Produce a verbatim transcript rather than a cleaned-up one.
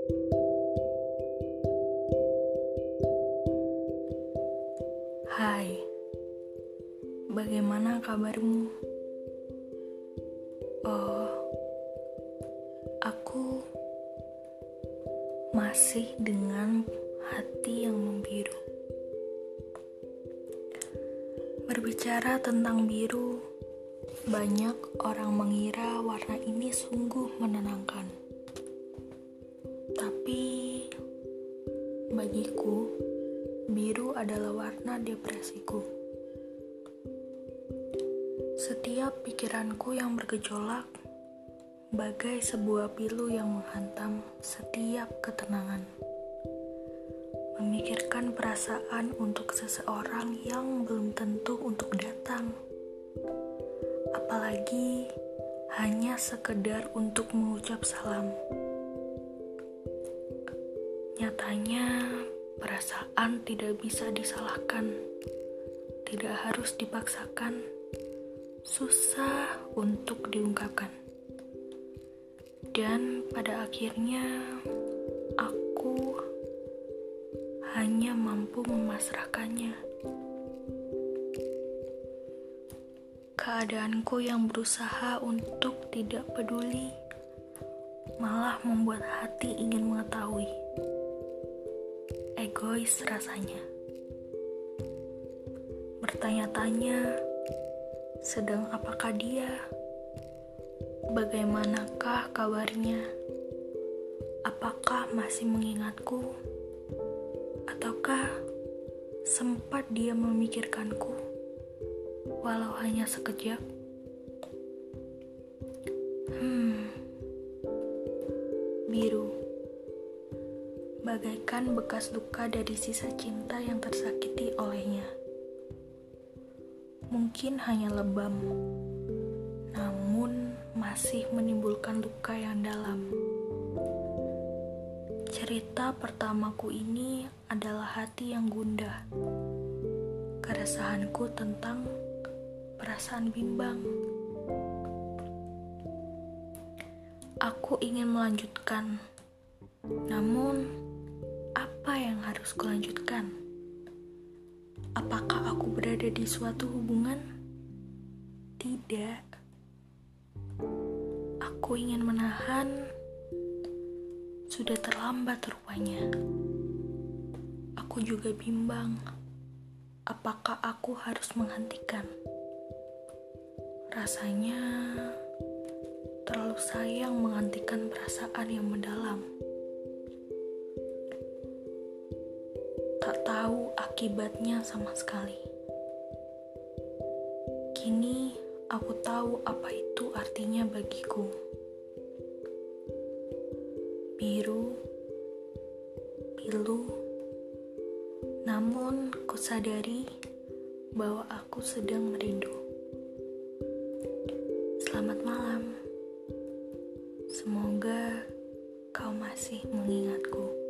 Hai, bagaimana kabarmu? Oh, aku masih dengan hati yang membiru. Berbicara tentang biru, banyak orang mengira warna ini sungguh menenangkan. Tapi bagiku, biru adalah warna depresiku. Setiap pikiranku yang bergejolak, bagai sebuah pilu yang menghantam setiap ketenangan. Memikirkan perasaan untuk seseorang yang belum tentu untuk datang. Apalagi hanya sekedar untuk mengucap salam. Nyatanya, perasaan tidak bisa disalahkan, tidak harus dipaksakan, susah untuk diungkapkan. Dan pada akhirnya, aku hanya mampu memasrahkannya. Keadaanku yang berusaha untuk tidak peduli malah membuat hati ingin mengetahui. Egois rasanya. Bertanya-tanya, sedang apakah dia? Bagaimanakah kabarnya? Apakah masih mengingatku? Ataukah sempat dia memikirkanku? Walau hanya sekejap. Hmm, biru, bagaikan bekas luka dari sisa cinta yang tersakiti olehnya. Mungkin hanya lebam, namun masih menimbulkan luka yang dalam. Cerita pertamaku ini adalah hati yang gundah. Keresahanku tentang perasaan bimbang. Aku ingin melanjutkan, namun apa yang harus kulanjutkan? Apakah aku berada di suatu hubungan? Tidak. Aku ingin menahan, sudah terlambat rupanya. Aku juga bimbang, apakah aku harus menghentikan? Rasanya terlalu sayang menghentikan perasaan yang mendalam. Tak tahu akibatnya sama sekali. Kini aku tahu apa itu artinya bagiku. Biru, pilu, namun kusadari bahwa aku sedang merindu. Selamat malam. Semoga kau masih mengingatku.